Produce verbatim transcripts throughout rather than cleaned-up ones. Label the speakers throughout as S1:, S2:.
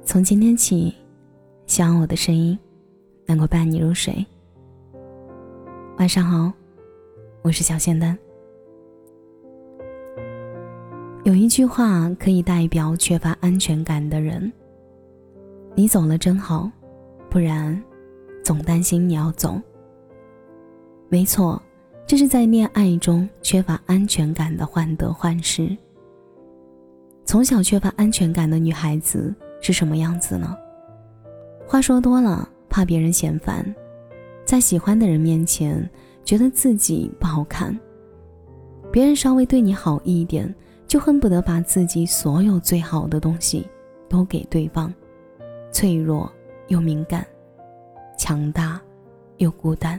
S1: 从今天起，希望我的声音能够伴你入睡。晚上好，我是小仙丹。有一句话可以代表缺乏安全感的人：你走了真好，不然总担心你要走。没错，这是在恋爱中缺乏安全感的患得患失。从小缺乏安全感的女孩子是什么样子呢？话说多了，怕别人嫌烦，在喜欢的人面前觉得自己不好看，别人稍微对你好一点，就恨不得把自己所有最好的东西都给对方，脆弱又敏感，强大又孤单。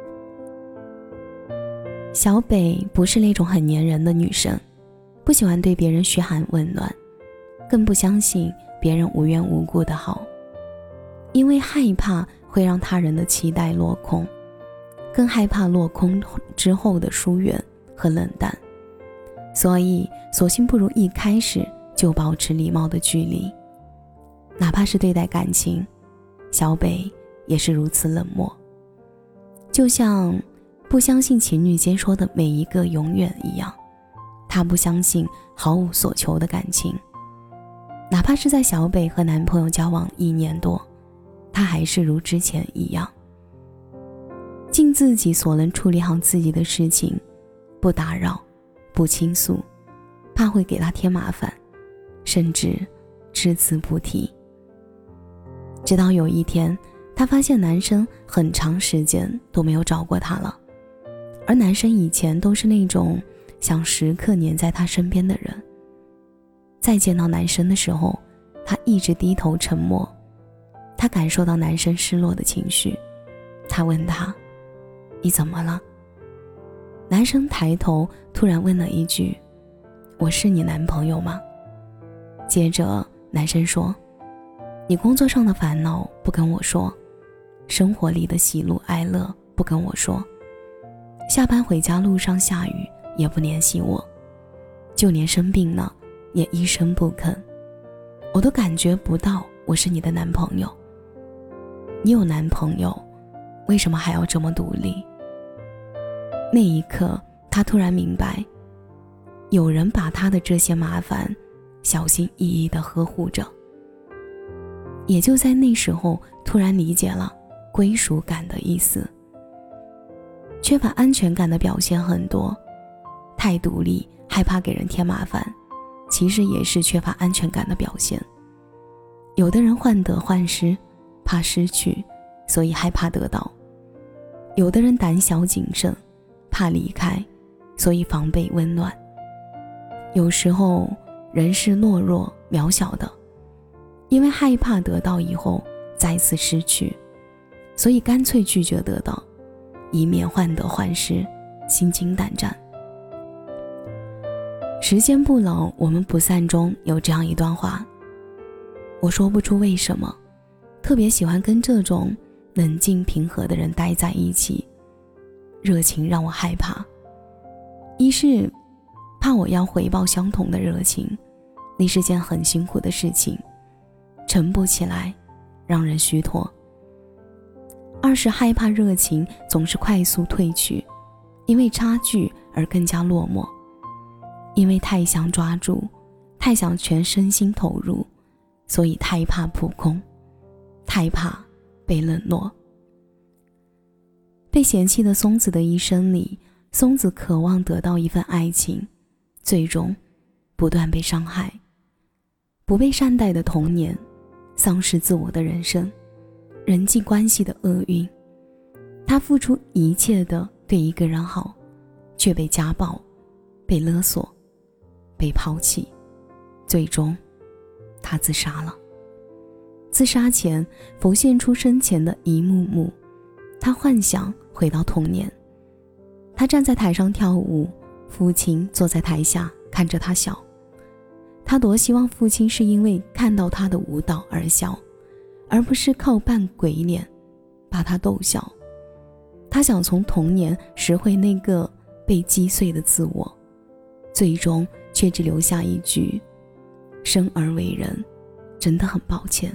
S1: 小北不是那种很粘人的女生，不喜欢对别人嘘寒问暖，更不相信别人无缘无故的好，因为害怕会让他人的期待落空，更害怕落空之后的疏远和冷淡，所以索性不如一开始就保持礼貌的距离。哪怕是对待感情，小北也是如此冷漠，就像不相信情侣间说的每一个永远一样，他不相信毫无所求的感情。哪怕是在小北和男朋友交往一年多，他还是如之前一样，尽自己所能处理好自己的事情，不打扰，不倾诉，怕会给他添麻烦，甚至只字不提。直到有一天，他发现男生很长时间都没有找过他了，而男生以前都是那种想时刻黏在他身边的人。再见到男生的时候，他一直低头沉默。他感受到男生失落的情绪，他问他：你怎么了？男生抬头突然问了一句：我是你男朋友吗？接着男生说：你工作上的烦恼不跟我说，生活里的喜怒哀乐不跟我说，下班回家路上下雨也不联系我，就连生病了也一声不吭，我都感觉不到我是你的男朋友。你有男朋友，为什么还要这么独立？那一刻，他突然明白，有人把他的这些麻烦小心翼翼地呵护着。也就在那时候，突然理解了归属感的意思。缺乏安全感的表现很多，太独立，害怕给人添麻烦，其实也是缺乏安全感的表现。有的人患得患失，怕失去，所以害怕得到；有的人胆小谨慎，怕离开，所以防备温暖。有时候人是懦弱渺小的，因为害怕得到以后再次失去，所以干脆拒绝得到，以免患得患失，心惊胆战。时间不老，我们不散中有这样一段话：我说不出为什么，特别喜欢跟这种冷静平和的人待在一起。热情让我害怕，一是怕我要回报相同的热情，那是件很辛苦的事情，沉不起来，让人虚脱；二是害怕热情总是快速褪去，因为差距而更加落寞，因为太想抓住，太想全身心投入，所以太怕扑空，太怕被冷落。被嫌弃的松子的一生里，松子渴望得到一份爱情，最终不断被伤害。不被善待的童年，丧失自我的人生，人际关系的厄运。他付出一切的对一个人好，却被家暴，被勒索，被抛弃，最终他自杀了。自杀前浮现出生前的一幕幕，他幻想回到童年，他站在台上跳舞，父亲坐在台下看着他笑。他多希望父亲是因为看到他的舞蹈而笑，而不是靠扮鬼脸把他逗笑。他想从童年拾回那个被击碎的自我，最终却只留下一句：生而为人， 真的很抱歉。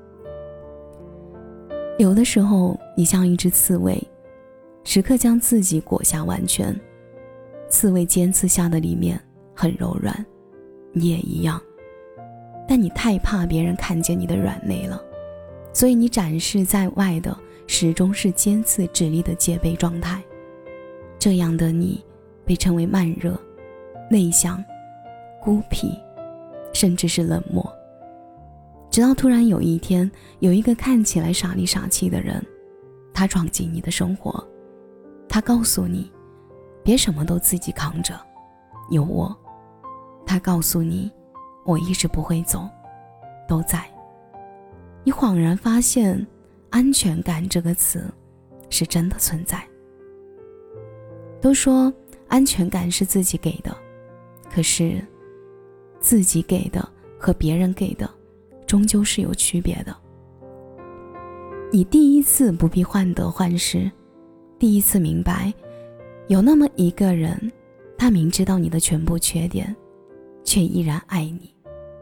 S1: 有的时候你像一只刺猬，时刻将自己裹挟完全，刺猬尖刺下的里面很柔软，你也一样，但你太怕别人看见你的软肋了，所以你展示在外的始终是尖刺直立的戒备状态。这样的你被称为慢热、内向、孤僻，甚至是冷漠。直到突然有一天，有一个看起来傻里傻气的人，他闯进你的生活，他告诉你别什么都自己扛着，有我。他告诉你我一直不会走，都在。你恍然发现安全感这个词是真的存在。都说安全感是自己给的，可是自己给的和别人给的终究是有区别的。你第一次不必患得患失，第一次明白有那么一个人，他明知道你的全部缺点，却依然爱你。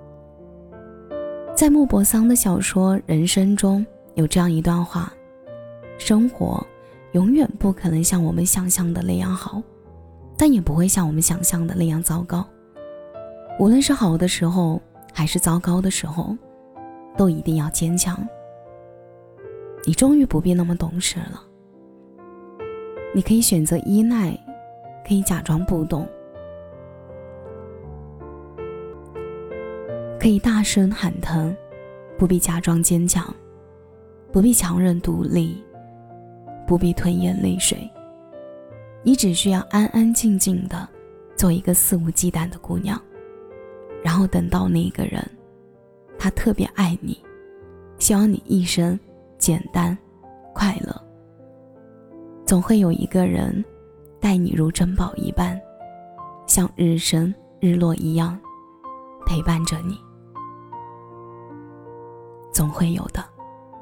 S1: 在莫泊桑的小说《人生》中有这样一段话：生活永远不可能像我们想象的那样好，但也不会像我们想象的那样糟糕。无论是好的时候还是糟糕的时候，都一定要坚强。你终于不必那么懂事了，你可以选择依赖，可以假装不懂，可以大声喊疼，不必假装坚强，不必强忍独立，不必吞咽泪水。你只需要安安静静的做一个肆无忌惮的姑娘，然后等到那个人，他特别爱你，希望你一生简单快乐。总会有一个人待你如珍宝一般，像日升日落一样陪伴着你，总会有的。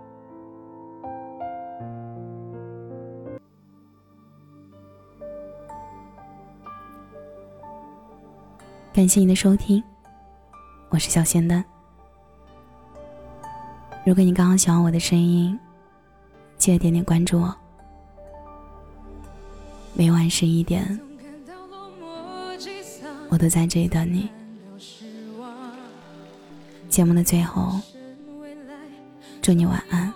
S1: 感谢你的收听，我是小仙丹。如果你刚刚喜欢我的声音，记得点点关注我。每晚十一点，我都在这里等你。节目的最后，祝你晚安，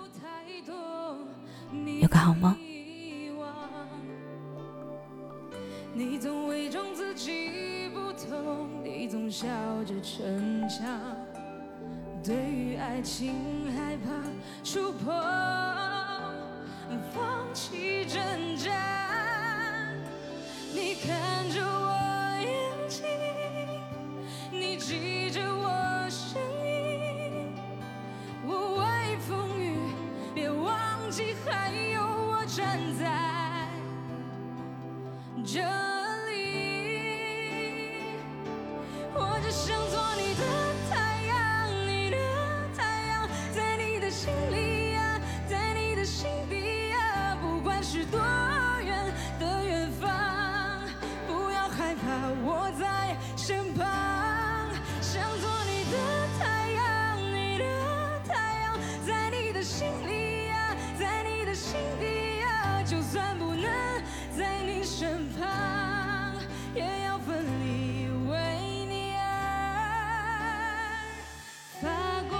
S1: 有个好梦。
S2: 你总伪装自己不懂，你总笑着逞强，对于爱情害怕触碰，放弃挣扎。你看着我眼睛，你记着我声音，无畏风雨，别忘记还有我站在这里。我只想做你的太阳，你的太阳，在你的心里呀，在你的心底呀，不管是多远的远方，不要害怕，我在身旁。想做你的太阳，你的太阳，在你的心里呀，在你的心底呀，就算不能在你身旁，也要奋力为你而发光。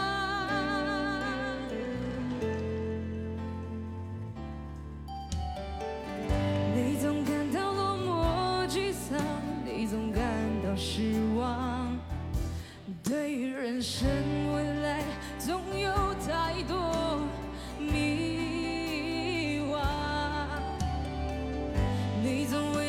S2: 你总感到落寞沮丧，你总感到失望，对于人生未来总有太多迷惘。你总为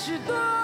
S2: 是多。